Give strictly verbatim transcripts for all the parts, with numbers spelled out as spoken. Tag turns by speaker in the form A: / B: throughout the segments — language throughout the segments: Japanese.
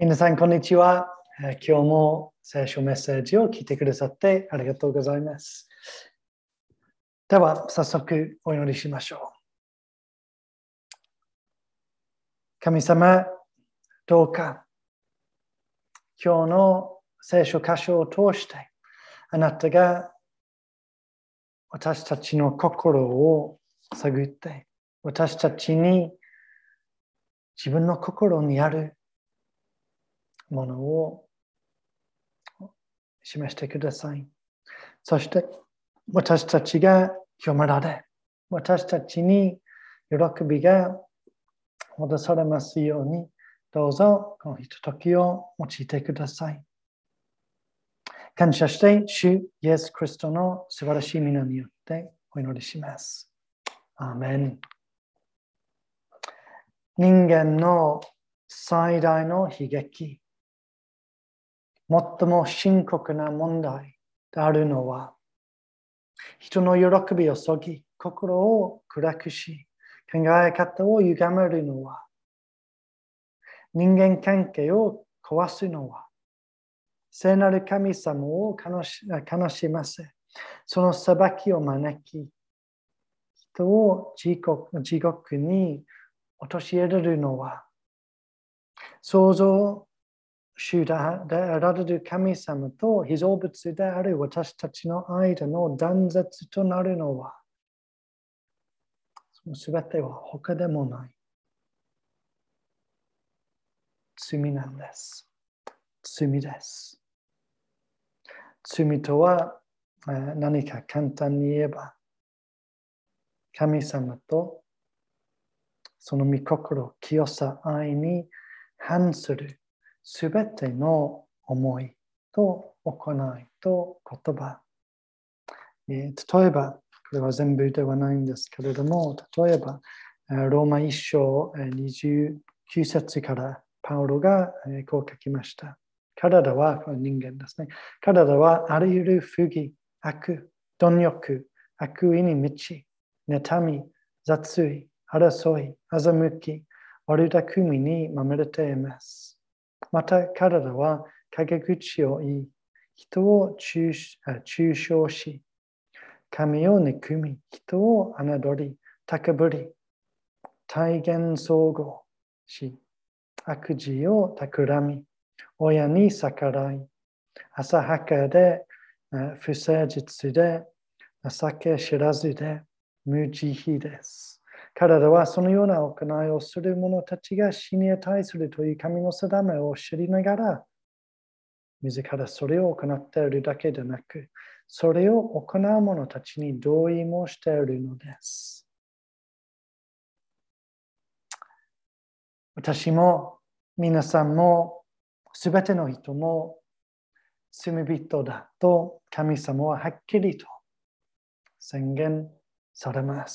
A: 皆さん、こんにちは。えー今日も聖書メッセージを聞いてくださってありがとうございます。では、早速お祈りしましょう。神様、どうか今日の聖書箇所を通して、あなたが私たちの心を探って、私たちに自分の心にあるものを示してください。そして私たちが清められ、私たちに喜びが戻されますように、どうぞこのひとときを用いてください。感謝して、主イエス・キリストの素晴らしい皆によってお祈りします。アーメン。人間の最大の悲劇、最も深刻な問題であるのは、人の喜びをそぎ、心を暗くし、考え方を歪めるのは、人間関係を壊すのは、聖なる神様を悲しませ、その裁きを招き、人を地獄、地獄に陥れるのは、創造主であられる神様と被造物である私たちの間の断絶となるのは、そのすべては他でもない罪なんです。罪です。罪とは何か簡単に言えば、神様とその御心、清さ、愛に反するすべての思いと行いと言葉。えー、例えば、これは全部ではないんですけれども、例えば、ローマ一章にじゅうきゅう節からパウロがこう書きました。体は、これ人間ですね。体はあらゆる不義、悪、貪欲、悪意に満ち、妬み、雑意、争い、欺き、悪巧みにまみれています。また体は陰口を言い、人を中傷し、神を憎み、人を侮り、高ぶり、体現総合し、悪事を企み、親に逆らい、浅はかで、不誠実で、情け知らずで、無慈悲です。体はそのような行いをする者たちが死に値するという神の定めを知りながら、自らそれを行っているだけでなく、それを行う者たちに同意もしているのです。私も皆さんもすべての人も罪人だと神様ははっきりと宣言されます。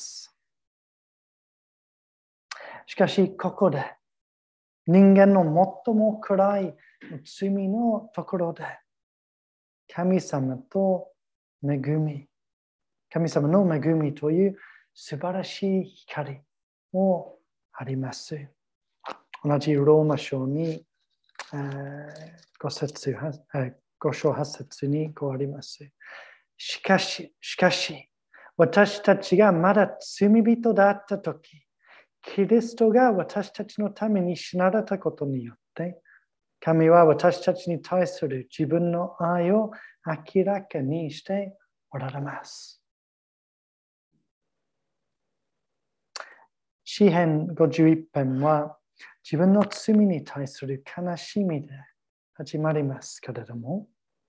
A: しかしここで人間の最も暗い罪のところで神様と恵み、神様の恵みという素晴らしい光もあります。同じローマ書にご節、ご章はち節にこうあります。しかし、しかし、私たちがまだ罪人だったとき、キリストが私たちのために死なれたことによって、神は私たちに対する自分の愛を明らかにしておられます。詩編ごじゅういち編は自分の罪に対する悲しみで始まりますけれども、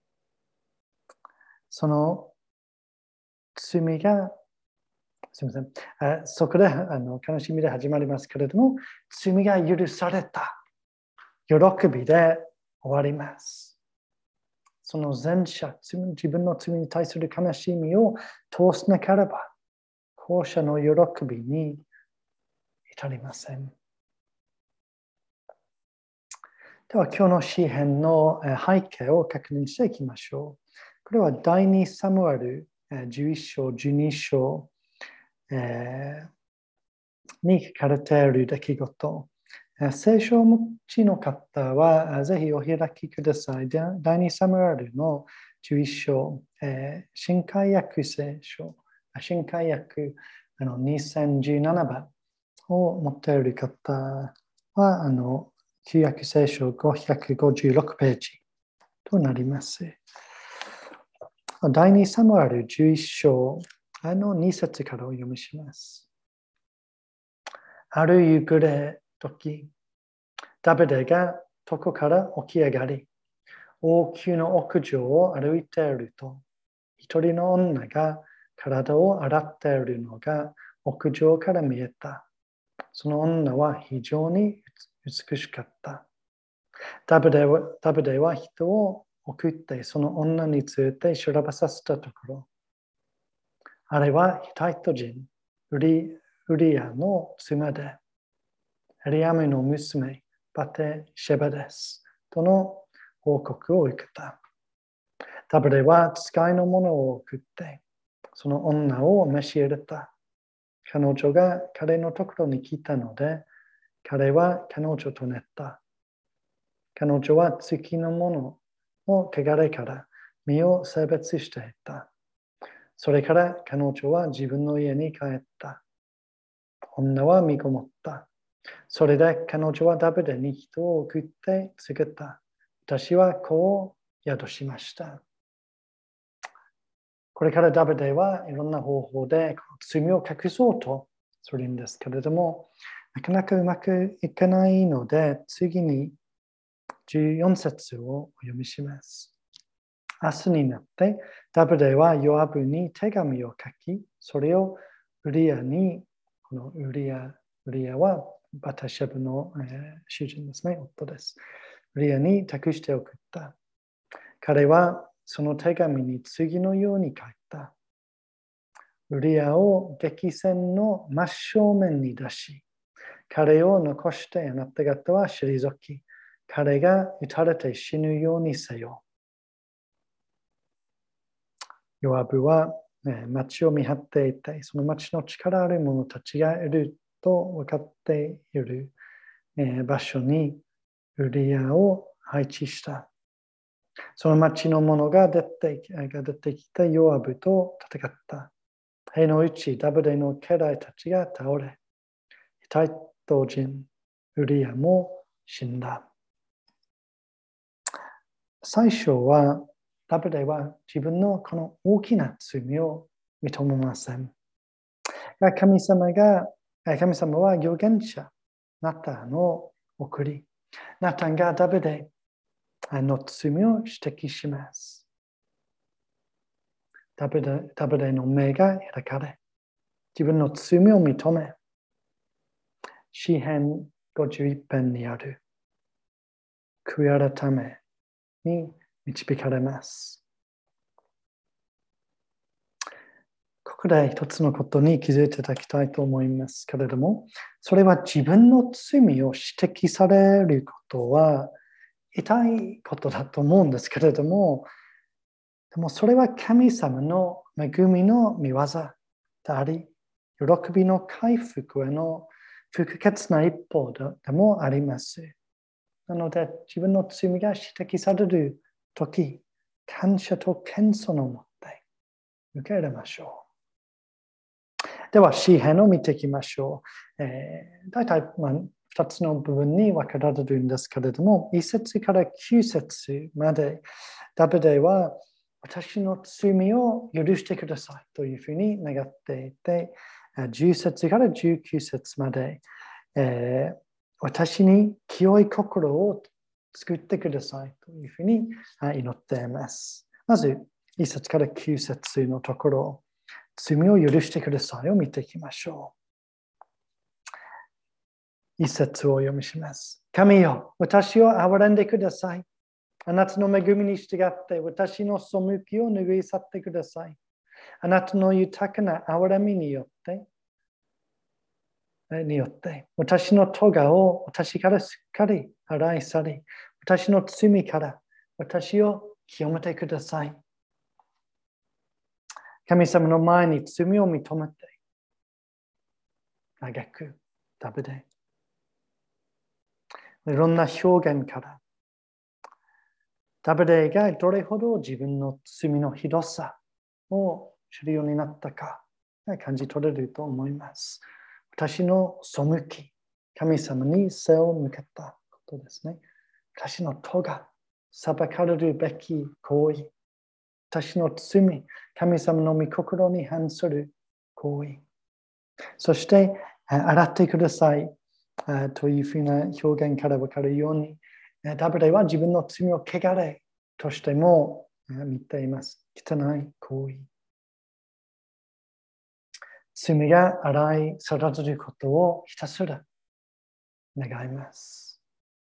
A: その罪が、すみません、あそこであの悲しみで始まりますけれども、罪が許された喜びで終わります。その前者、自分の罪に対する悲しみを通さなければ、後者の喜びに至りません。では今日の詩編の背景を確認していきましょう。これは第二サムエルじゅういち章、じゅうに章に書かれている出来事聖書をお持ちの方は、ぜひお開きください。第二サムエルのじゅういっ章、えー、新海訳聖書、新海訳あのにせんじゅうななばんを持っている方は、あの旧約聖書ごひゃくごじゅうろくページとなります。第二サムエルじゅういっ章、あのに節からお読みします。ある夕暮れ時、ダビデが床から起き上がり、王宮の屋上を歩いていると、一人の女が体を洗っているのが屋上から見えた。その女は非常に美しかった。ダビデは、ダビデは人を送ってその女について調べさせたところ、あれはヒタイト人、ウリ、ウリアの妻で、エリアムの娘、バテシェバです。との報告を受けた。ダビデは使いのものを送って、その女を召し入れた。彼女が彼のところに来たので、彼は彼女と寝た。彼女は月のものの汚れから身を性別していた。それから彼女は自分の家に帰った。女は身ごもった。それで彼女はダビデに人を送って告げた。私は子を宿しました。これからダビデはいろんな方法で罪を隠そうとするんですけれども、なかなかうまくいかないので、次にじゅうよん節をお読みします。明日になって、ダビデはヨアブに手紙を書き、それをウリアに、このウリア、ウリアはバタシェブの、えー、主人ですね、夫です。ウリアに託して送った。彼はその手紙に次のように書いた。ウリアを激戦の真正面に出し、彼を残してあなた方は退き、彼が撃たれて死ぬようにせよ。ヨアブは、ね、町を見張っていて、その町の力ある者たちがいると分かっている、えー、場所にウリアを配置した。その町の者が出てが出てきてヨアブと戦った。兵のうちダビデの家来たちが倒れ、ヒタイト人ウリアも死んだ。最初はダビデは自分のこの大きな罪を認めません。神様が、神様は預言者、ナタンを送り、ナタンがダビデの罪を指摘します。ダビデ、ダビデの目が開かれ、自分の罪を認め、詩編ごじゅういち編にある悔い改めに導かれます。ここで一つのことに気づいていただきたいと思いますけれども、それは自分の罪を指摘されることは痛いことだと思うんですけれども、でもそれは神様の恵みの御業であり、喜びの回復への不可欠な一歩でもあります。なので、自分の罪が指摘されるとき、感謝と謙遜を持って受け入れましょう。では、詩編を見ていきましょう。えー、大体、まあ、ふたつの部分に分けられるんですけれども、いち節からきゅう節まで、ダビデは私の罪を許してくださいというふうに願っていて、じゅう節からじゅうきゅう節まで、えー、私に清い心を作ってくださいというふうに祈っています。まず、いち節からきゅう節のところ、罪を許してくださいを見ていきましょう。一節をお読みします。神よ、私を憐れんでください。あなたの恵みに従って私の背きを拭い去ってください。あなたの豊かな憐れみによって、によって私の咎を私からすっかり洗い去り、私の罪から私を清めてください。神様の前に罪を認めて、長くダビデ、 いろんな表現から、ダビデがどれほど自分の罪のひどさを知るようになったか感じ取れると思います。私の背き、神様に背を向けたことですね。私の咎が裁かれるべき行為。私の罪、神様の御心に反する行為。そして、洗ってくださいというふうな表現から分かるように、ダビデは自分の罪を汚れとしても見ています。汚い行為。罪が洗い去られることをひたすら願います。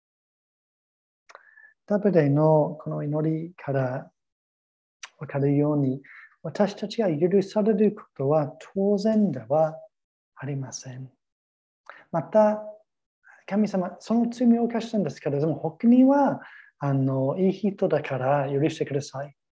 A: ダビデのこの祈りから分かるように、私たちが許されることは当然ではありません。また、神様、その罪を犯したんですけれども、他にはあのいい人だから許してください。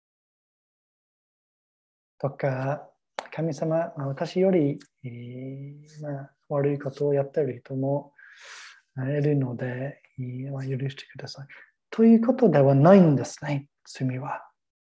A: とか、神様、私より、えーまあ、悪いことをやっている人もいるので、えーまあ、許してください。ということではないんですね、罪は。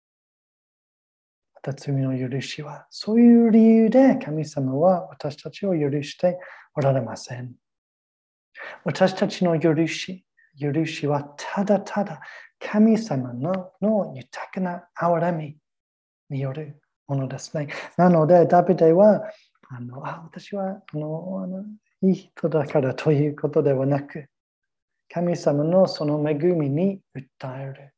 A: また罪の許しは。そういう理由で神様は私たちを許しておられません。私たちの許し、許しはただただ神様 の, の豊かな憐れみによるものですね。なので、ダビデは、あのあ私はあのあのいい人だからということではなく、神様のその恵みに訴える。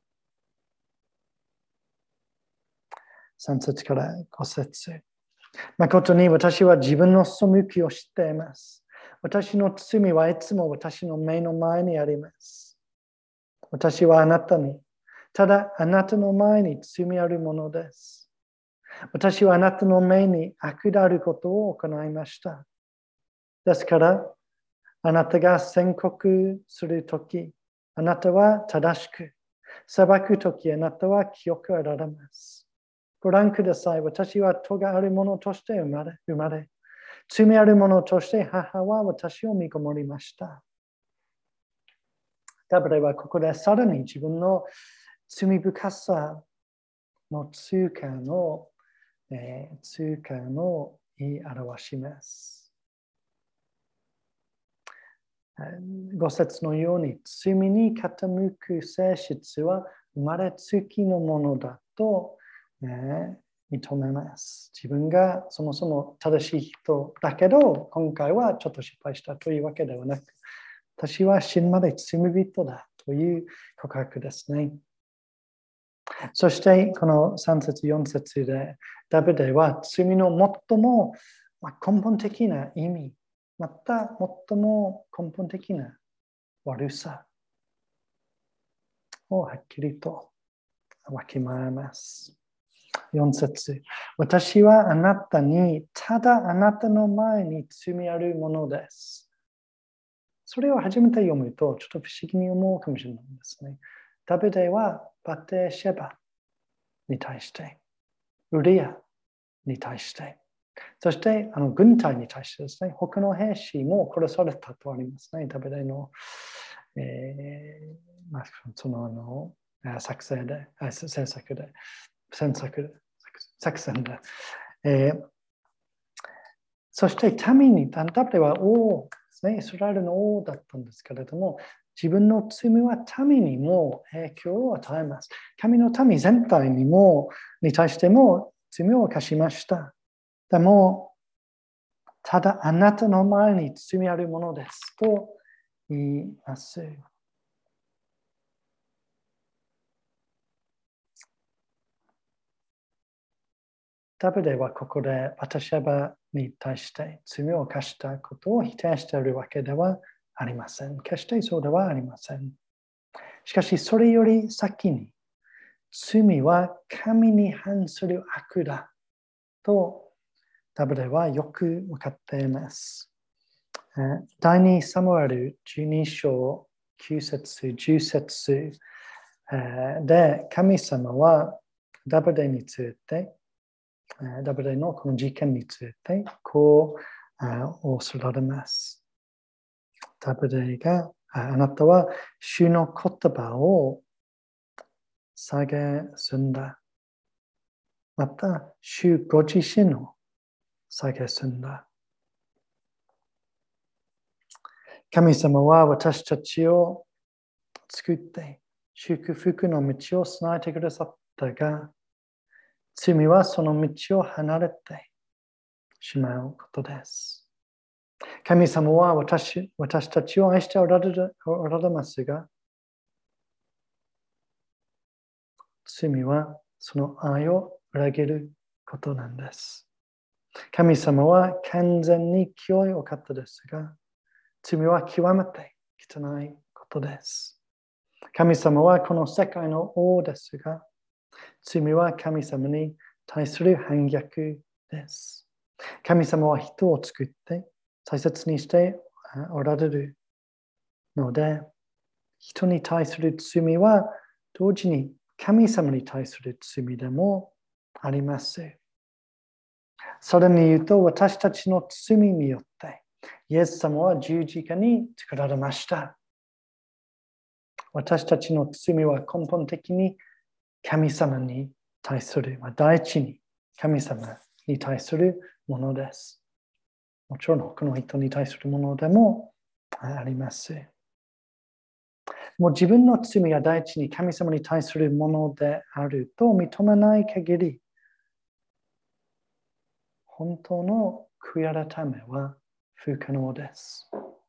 A: さん節からご節。誠に私は自分の背きを知っています。私の罪はいつも私の目の前にあります。私はあなたに、ただあなたの前に罪あるものです。私はあなたの目に悪であることを行いました。ですから、あなたが宣告するとき、あなたは正しく、裁くとき、あなたは清くあられます。ご覧ください。私は咎があるものとして生まれ、生まれ、罪あるものとして母は私を見ごもりました。ダビデはここでさらに自分の罪深さの通過の、えー、通過の言い表します。ご節のように、罪に傾く性質は生まれつきのものだと、えー、認めます。自分がそもそも正しい人だけど、今回はちょっと失敗したというわけではなく、私は死ぬまで罪人だという告白ですね。そして、このさん節、よん節で、ダビデは罪の最も根本的な意味、また最も根本的な悪さをはっきりとわきまえます。よん節、私はあなたに、ただあなたの前に罪あるものです。それを初めて読むと、ちょっと不思議に思うかもしれないんですね。ダビデはバテシェバに対して、ウリアに対して、そしてあの軍隊に対してですね、他の兵士も殺されたとありますね。ダビデの、えーまあ、そのあの作戦で、戦策で、戦策作戦で。えー、そして民に、ダビデは王ですね、イスラエルの王だったんですけれども、自分の罪は民にも影響を与えます。神の民全体にも、に対しても罪を犯しました。でも、ただあなたの前に罪あるものですと言います。ダビデはここでバテシェバに対して罪を犯したことを否定しているわけではありません。決してそうではありません。しかし、それより先に、罪は神に反する悪だとダビデはよく分かっています。第二サムエルじゅうに章きゅう節、じゅう節で神様はダビデについて、ダビデのこの事件についてこうおっしゃられます。ダビデがあなたは主の言葉を蔑んだ。また、主ご自身を蔑んだ。神様は私たちを作って祝福の道を備えてくださったが、罪はその道を離れてしまうことです。神様は 私, 私たちを愛しておられるおられますが、罪はその愛を裏切ることなんです。神様は完全に清いお方ですが、罪は極めて汚いことです。神様はこの世界の王ですが、罪は神様に対する反逆です。神様は人を作って大切にしておられるので、人に対する罪は同時に神様に対する罪でもあります。それに言うと、私たちの罪によって、イエス様は十字架に作られました。私たちの罪は根本的に神様に対する、まあ、第一に神様に対するものです。もちろん他の人に対するものでもあります。もう自分の罪が第一に神様に対するものであると認めない限り、本当の悔い改めは不可能です。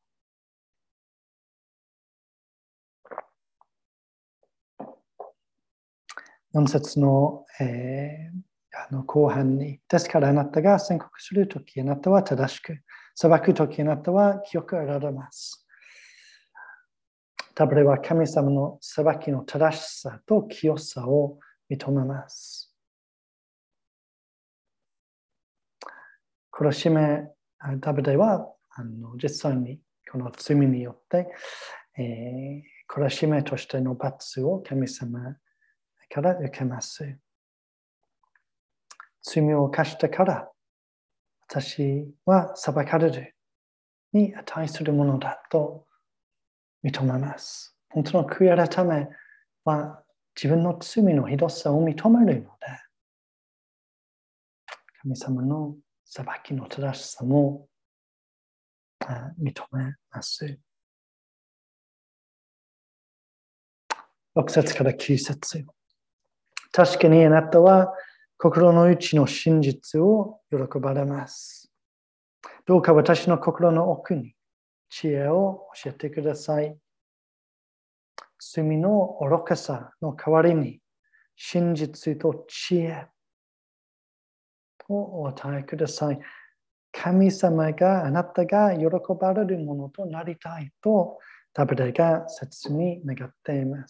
A: よん節の、えー、あの後半に、ですからあなたが宣告するとき、あなたは正しく、裁くとき、あなたは清くあられます。ダビデは神様の裁きの正しさと清さを認めます。苦しめ、ダビデはあの実際にこの罪によって、えー、苦しめとしての罰を神様から受けます。罪を犯したから私は裁かれるに値するものだと認めます。本当の悔い改めは自分の罪のひどさを認めるので、神様の裁きの正しさも認めます。ろく節からきゅう節。確かにあなたは心の内の真実を喜ばれます。どうか私の心の奥に知恵を教えてください。罪の愚かさの代わりに真実と知恵をお与えください。神様があなたが喜ばれるものとなりたいとダビデが切に願っています。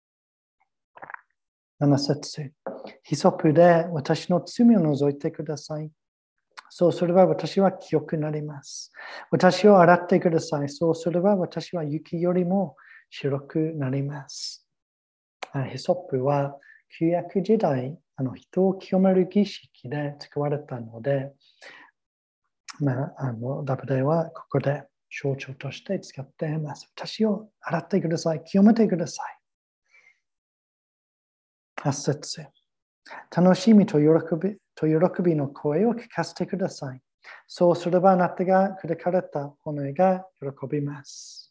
A: なな節。ヒソプで私の罪を除いてください。そうすれば私は清くなります。私を洗ってください。そうすれば私は雪よりも白くなります。ヒソプは旧約時代、あの人を清める儀式で使われたので、まあ、あのダビデはここで象徴として使っています。私を洗ってください。清めてください。はち節。楽しみと喜びと喜びの声を聞かせてください。そうすればあなたが砕かれた骨が喜びます。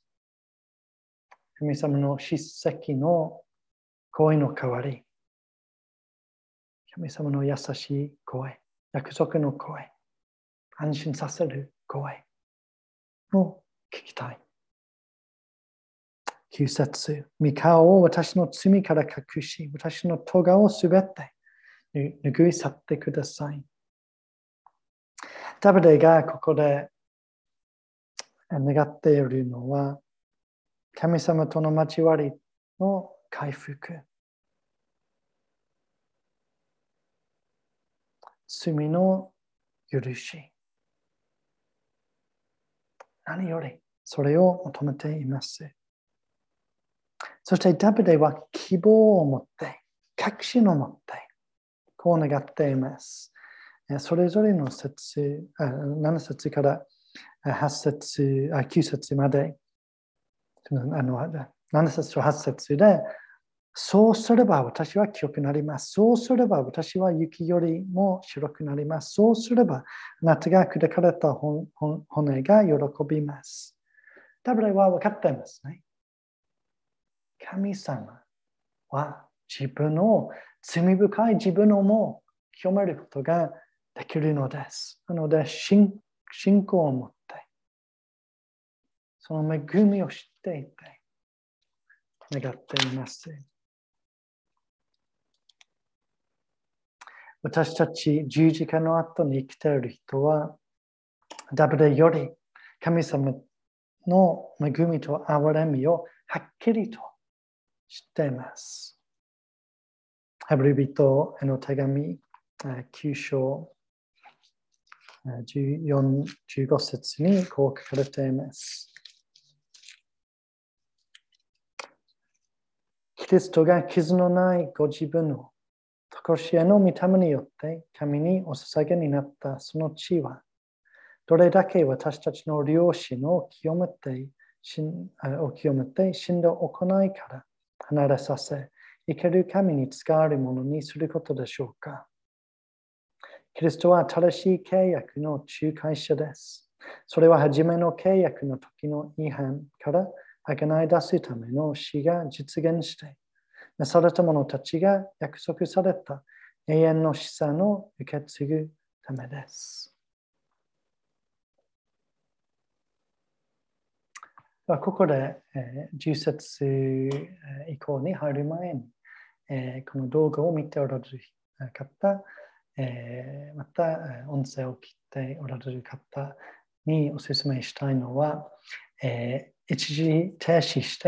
A: 神様の叱責の声の代わり、神様の優しい声、約束の声、安心させる声を聞きたい。きゅう節。御顔を私の罪から隠し、私の咎をすべて拭い去ってください。ダビデがここで願っているのは、神様との交わりの回復。罪の許し。何よりそれを求めています。そしてダビデは希望を持って、確信を持って、こう願っています。それぞれの節、なな節からはち節、きゅう節まで、 あのなな節とはち節で、そうすれば私は清くなります。そうすれば私は雪よりも白くなります。そうすればあなたが砕かれた骨が喜びます。ダビデは分かっていますね。神様は自分を、罪深い自分をも清めることができるのです。なので、信仰を持って、その恵みを知っていて、願っています。私たち十字架の後に生きている人は、ダビデより神様の恵みと憐れみをはっきりと知っています。ヘブル人への手紙きゅう章じゅうよん、じゅうご節にこう書かれています。キリストが傷のないご自分の常しえの御霊によって神にお捧げになったその地は、どれだけ私たちの良心を清めて、を清めて死んだ行いから離れさせ、生ける神に使われるものにすることでしょうか。キリストは正しい契約の仲介者です。それは初めの契約の時の違反から贖い出すための死が実現して、召された者たちが約束された永遠の資産を受け継ぐためです。ここでじゅう節以降に入る前に、この動画を見ておられる方、また音声を切っておられる方にお勧めしたいのは、一時停止して、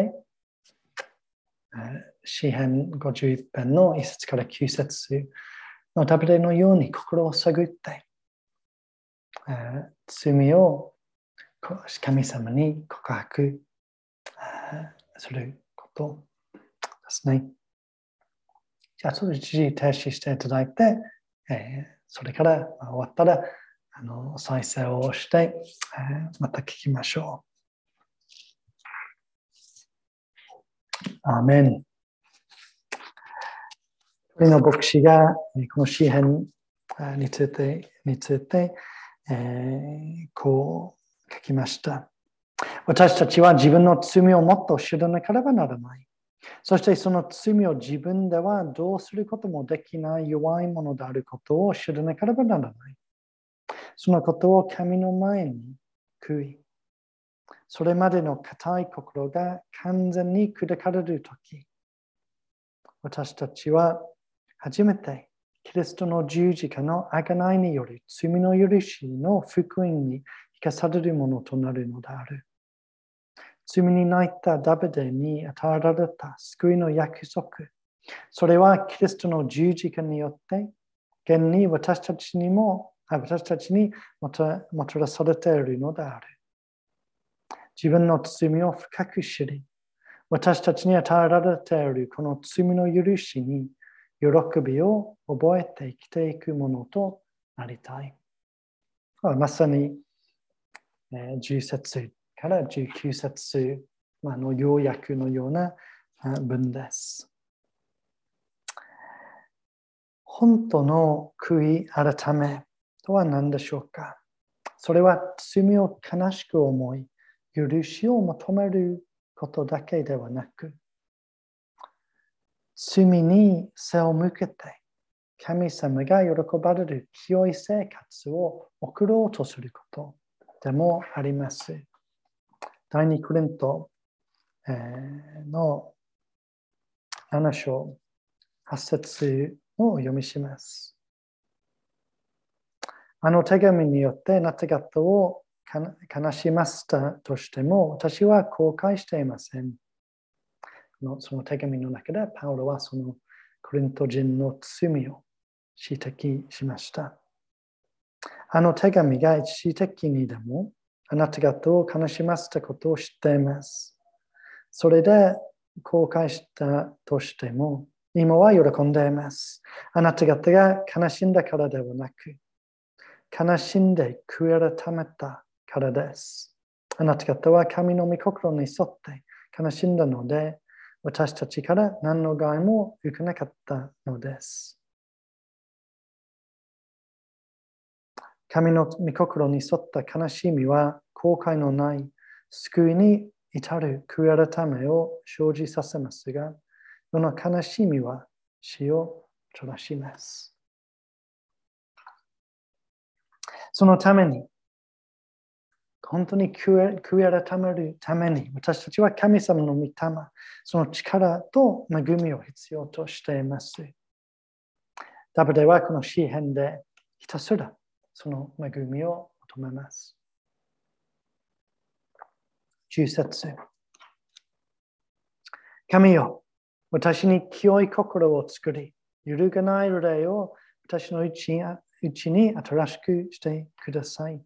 A: 詩編ごじゅういち編のいち節からきゅう節のダビデのように心を探って、罪を神様に告白することですね。じゃあ、それ一時停止していただいて、それから終わったらあの再生をして、また聞きましょう。アーメン。鳥の牧師がこの詩編について、について、えー、こう書きました。私たちは自分の罪をもっと知らなければならない。そしてその罪を自分ではどうすることもできない弱いものであることを知らなければならない。そのことを神の前に悔い、それまでの固い心が完全に砕かれるとき、私たちは初めてキリストの十字架の贖いにより罪の許しの福音に生かされるものとなるのである。罪に泣いたダビデに与えられた救いの約束、それはキリストの十字架によって現に私たちにも私たちにもたらされているのである。自分の罪を深く知り、私たちに与えられているこの罪の許しに喜びを覚えて生きていくものとなりたい。まさにじゅう節からじゅうきゅう節の要約のような文です。本当の悔い改めとは何でしょうか。それは罪を悲しく思い、許しを求めることだけではなく、罪に背を向けて、神様が喜ばれる清い生活を送ろうとすることでもあります。第二コリントのなな章はち節をお読みします。あの手紙によってあなた方を悲しませたとしても、私は後悔していません。その手紙の中でパウロはそのコリント人の罪を指摘しました。あの手紙が一時的にでもあなた方を悲しませたことを知っています。それで後悔したとしても、今は喜んでいます。あなた方が悲しんだからではなく、悲しんで悔い改めたからです。あなた方は神の御心に沿って悲しんだので、私たちから何の害も受けなかったのです。神の御心に沿った悲しみは後悔のない救いに至る悔い改めを生じさせますが、世の悲しみは死を取らします。そのために、本当に悔い改めるために、私たちは神様の御霊、その力と恵みを必要としています。ダビデはこの詩篇でひたすらその恵みを求めます。じゅう節。神よ、私に清い心を作り、揺るがない霊を私のうちに新しくしてください。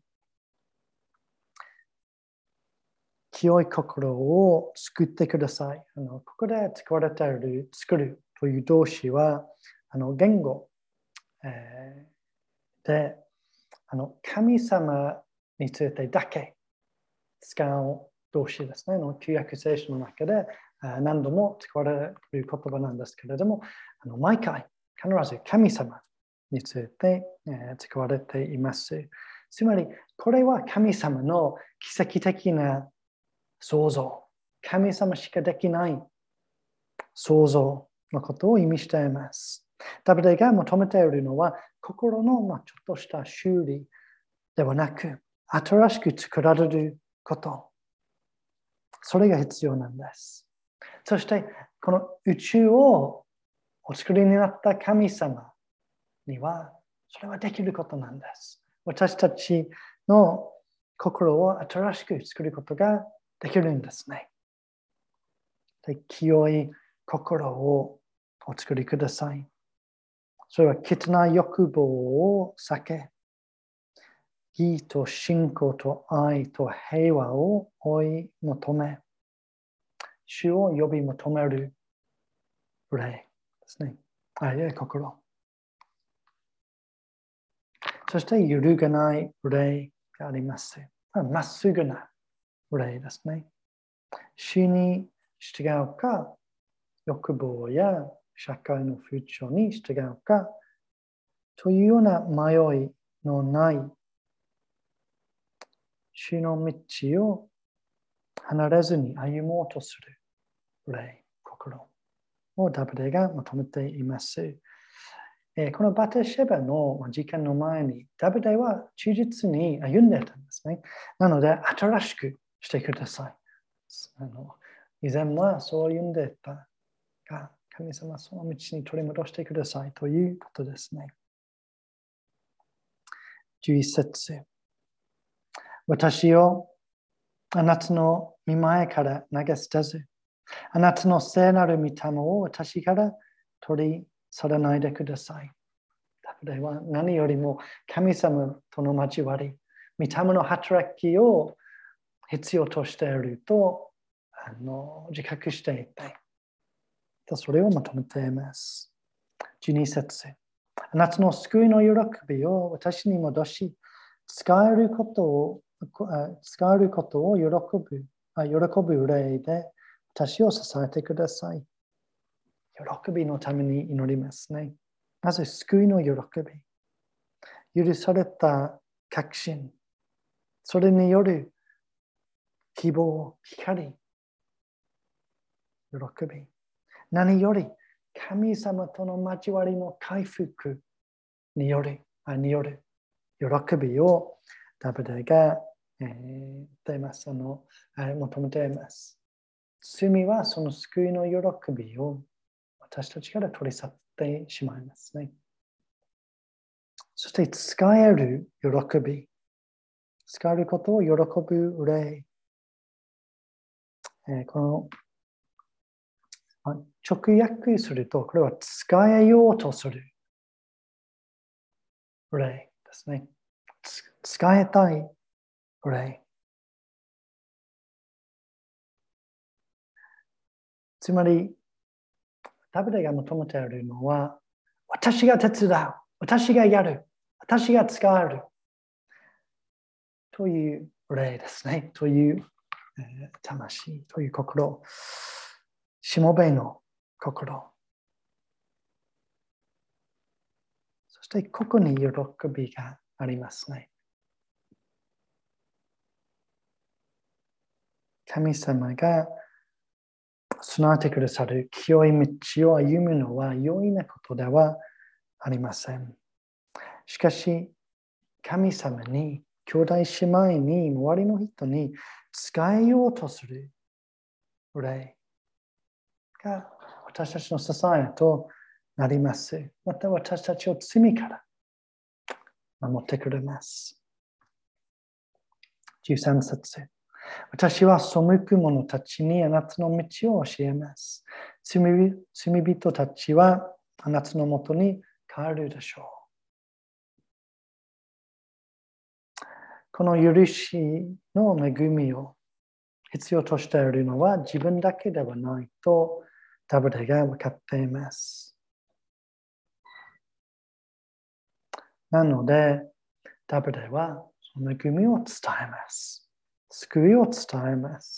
A: 清い心を作ってください。あのここで使われている作るという動詞は、あの言語、えー、であの神様についてだけ使う動詞ですね。旧約聖書の中で何度も使われる言葉なんですけれども、あの毎回必ず神様について使われています。つまり、これは神様の奇跡的な創造。神様しかできない創造のことを意味しています。ダビデが求めているのは、心のまあちょっとした修理ではなく、新しく作られること。それが必要なんです。そして、この宇宙をお作りになった神様には、それはできることなんです。私たちの心を新しく作ることができるんですね。で、清い心をお作りください。それは汚い欲望を避け、義と信仰と愛と平和を追い求め、主を呼び求める霊ですね。愛や心。そして揺るがない霊があります。まっすぐな霊ですね。主に従うか、欲望や社会の風潮に従うか、というような迷いのない主の道を離れずに歩もうとする霊、心をダビデが求めています。このバテシェバの事件の前に、ダビデは忠実に歩んでいたんですね。なので、新しくしてください。あの以前はそう歩んでいたが、神様その道に取り戻してくださいということですね。じゅういち節。私をあなたの御前から投げ捨てず、あなたの聖なる御霊を私から取り去らないでください。ダビデは何よりも神様との交わり、御霊の働きを必要としているとあの自覚していて、それを求めています。じゅうに節。あなたの救いの喜びを私に戻し、使えることを、使えることを喜ぶ、喜ぶ霊で私を支えてください。喜びのために祈りますね。まず救いの喜び。許された確信。それによる希望、光、喜び。何より神様との交わりの回復による、による喜びをダビデが、えー、言います。あの、求めています。罪はその救いの喜びを私たちから取り去ってしまいますね。そして使える喜び。使えることを喜ぶ霊。えー、この直訳すると、これは使えようとする霊ですね。使えたい霊。つまり、ダビデが求めているのは、私が手伝う、私がやる、私が使えるという霊ですね。というえー、魂という心、しもべの心、そしてここに喜びがありますね。神様が備えてくださる清い道を歩むのは容易なことではありません。しかし、神様に、兄弟姉妹に、周りの人に使えようとする霊が私たちの支えとなります。また私たちを罪から守ってくれます。じゅうさん節。私は背く者たちにあなたの道を教えます。罪人たちはあなたのもとに帰るでしょう。この許しの恵みを必要としているのは自分だけではないとダビデが分かっています。なので、ダビデはその恵みを伝えます。救いを伝えます。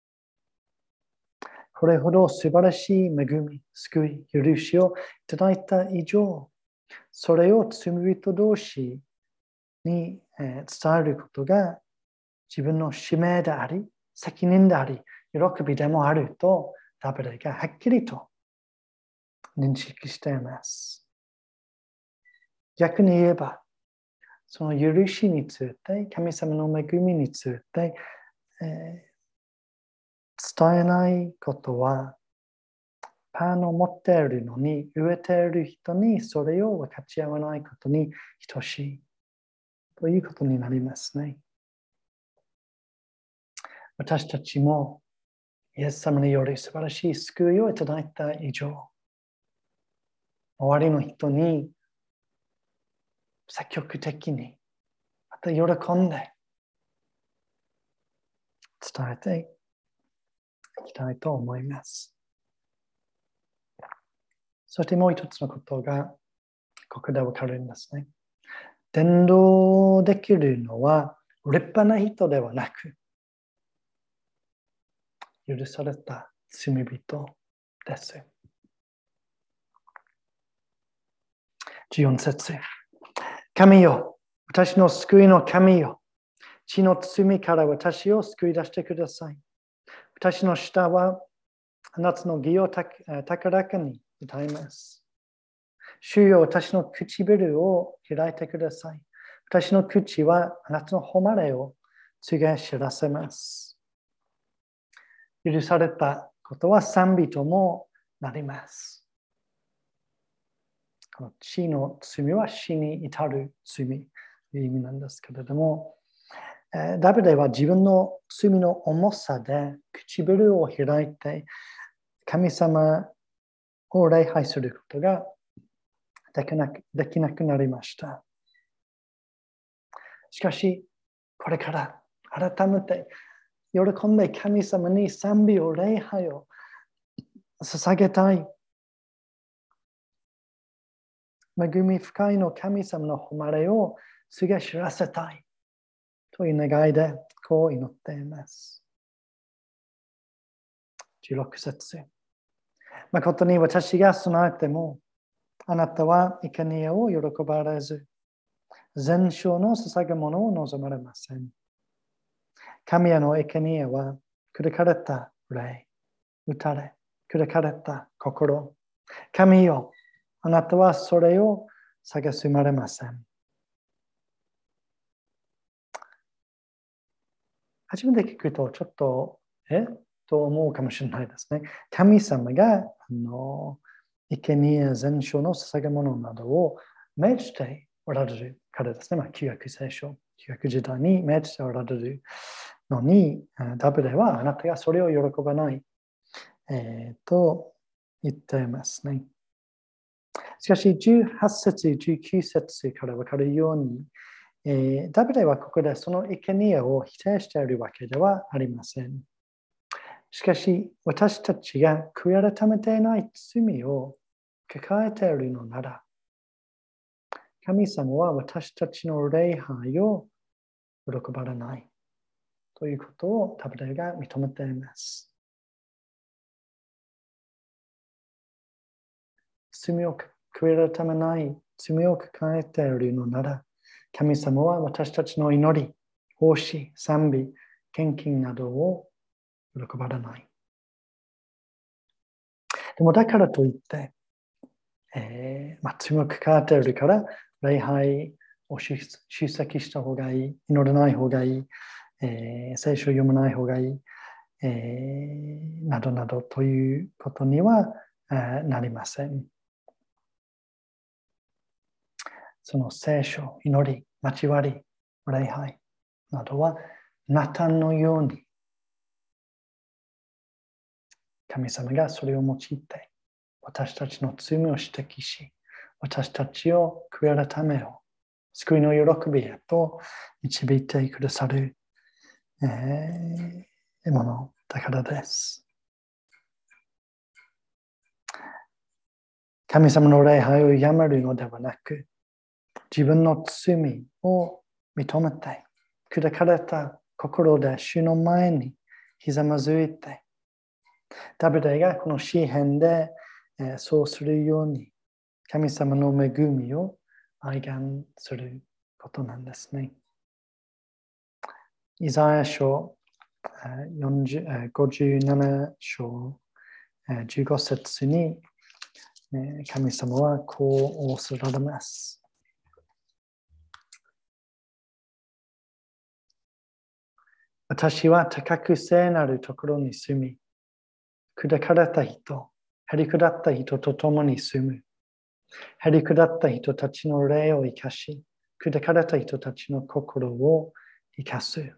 A: これほど素晴らしい恵み、救い、許しをいただいた以上、それを罪人同士に伝えることが自分の使命であり、責任であり、喜びでもあると、ダビデがはっきりと認識しています。逆に言えば、その許しについて、神様の恵みについて、えー、伝えないことは、パンを持っているのに、植えている人にそれを分かち合わないことに等しいということになりますね。私たちも、イエス様により素晴らしい救いをいただいた以上、周りの人に積極的に、また喜んで伝えていきたいと思います。そしてもう一つのことが、ここでわかるんですね。伝道できるのは、立派な人ではなく、許された罪人です。じゅうよん節。神よ、私の救いの神よ、地の罪から私を救い出してください。私の舌はあなたの義を高らかに歌います。主よ、私の唇を開いてください。私の口はあなたの誉れを告げ知らせます。許されたことは賛美ともなります。この地の罪は死に至る罪という意味なんですけれども、ダビデは自分の罪の重さで唇を開いて神様を礼拝することができなく、できなくなりました。しかし、これから改めて喜んで神様に賛美を礼拝を捧げたい。恵み深いの神様の誉れを告げ知らせたい。という願いでこう祈っています。じゅうろく節。誠に私が備えても、あなたは生贄を喜ばれず、全焼の捧げ物を望まれません。神への生贄は砕かれた霊、打たれ、砕かれた心。神よ、あなたはそれを蔑まれません。初めて聞くとちょっと、えと思うかもしれないですね。神様が、あの、生贄、全焼の捧げ物などを命じておられるからですね。まあ、旧約聖書、旧約時代に命じておられるのに、ダビデはあなたがそれを喜ばない、えー、と言っていますね。しかし、じゅうはち節、じゅうきゅう節から分かるように、えー、ダビデはここでその生贄を否定しているわけではありません。しかし、私たちが悔い改めていない罪を抱えているのなら、神様は私たちの礼拝を喜ばれないということをダビデが認めています。罪を悔い改めない、罪を抱えているのなら、神様は私たちの祈り、奉仕、賛美、献金などを喜ばれない。でもだからといって、えーまあ、罪を抱えているから礼拝を出席した方がいい、祈らない方がいい、えー、聖書を読まない方がいい、えー、などなどということには、えー、なりません。その聖書、祈り、交わり、礼拝などはナタンのように神様がそれを用いて私たちの罪を指摘し、私たちを悔い改めを救いの喜びへと導いてくださる、えー、ものだからです。神様の礼拝をやめるのではなく、自分の罪を認めて、砕かれた心で主の前にひざまずいて、ダビデがこの詩篇で、えー、そうするように、神様の恵みを愛願することなんですね。イザヤ書ごじゅうなな章じゅうご節に神様はこう仰せられます。私は高く聖なるところに住み、砕かれた人、へりくだった人と共に住む。へりくだった人たちの霊を生かし、砕かれた人たちの心を生かす。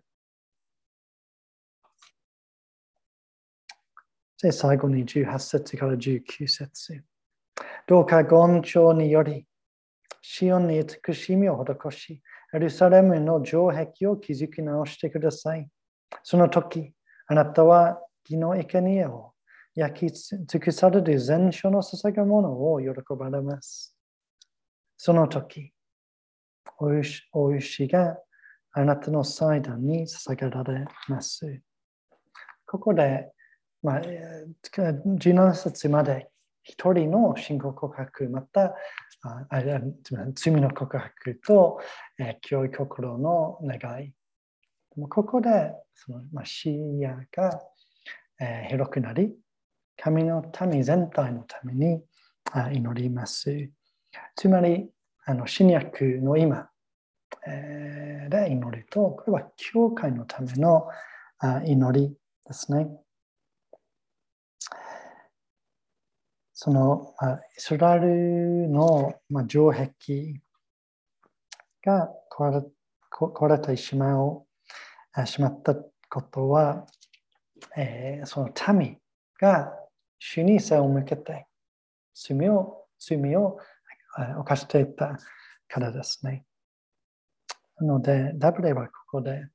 A: で、最後にじゅうはち節からじゅうきゅう節。どうか言調により、シオンに慈しみを施し、エルサレムの城壁を築き直してください。その時、あなたは義の生贄を焼き尽くされる全焼の捧げ物を喜ばれます。その時、お牛があなたの祭壇に捧げられます。ここで、まあ、じゅうなな節まで一人の信仰告白、またあ罪の告白と、えー、清い心の願い。ここでその、まあ、視野が、えー、広くなり、神の民全体のために祈ります。つまり、あの新約の今、えー、で祈りと、これは教会のための祈りですね。その、まあ、イスラエルの、まあ、城壁が壊れ、壊れてしまう、しまったことは、えー、その民が主に背を向けて罪を、罪を犯していたからですね。なので、ダビデはここで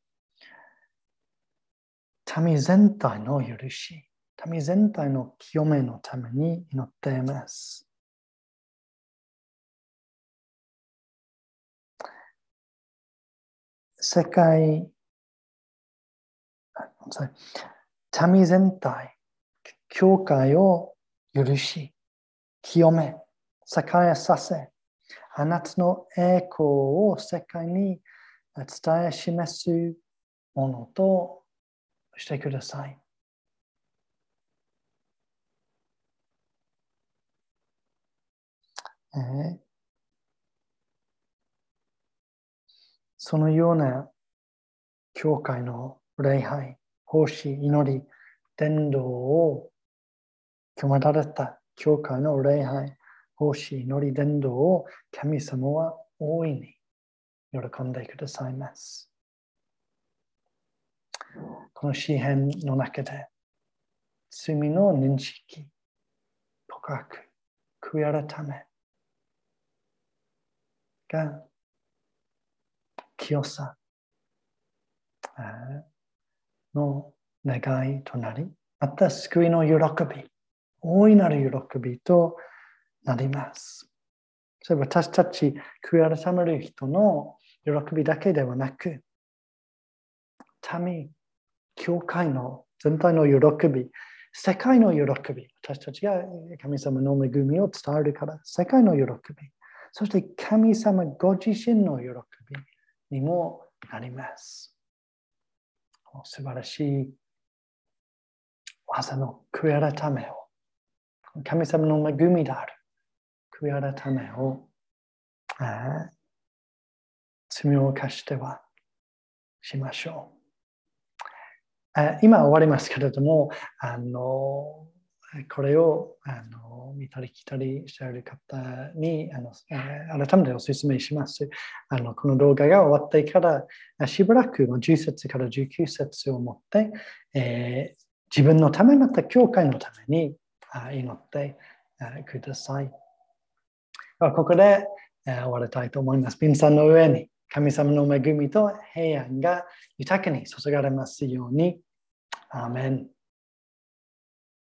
A: 民全体の許し、民全体の清めのために祈っています。世界、民全体、教会を許し、清め、栄えさせ、あなたの栄光を世界に伝え示すものとしてください。えー、そのような教会の礼拝、奉仕、祈り、伝道を決められた教会の礼拝、奉仕、祈り、伝道を神様は大いに喜んでくださいます。この詩篇の中で罪の認識、告白、悔い改めが清さの願いとなり、また救いの喜び、大いなる喜びとなります。それは私たち悔い改める人の喜びだけではなく、民教会の全体の喜び、世界の喜び、私たちが神様の恵みを伝えるから、世界の喜び、そして神様ご自身の喜びにもなります。素晴らしい技の悔い改めを、神様の恵みである悔い改めを、罪を犯してはしましょう。今終わりますけれども、あのこれをあの見たり聞いたりしている方にあの改めてお勧めします。あのこの動画が終わってからしばらくじゅっ節からじゅうきゅう節をもって、えー、自分のためまた教会のために祈ってください。ここで終わりたいと思います。皆さんの上に神様の恵みと平安が豊かに注がれますように。アーメン。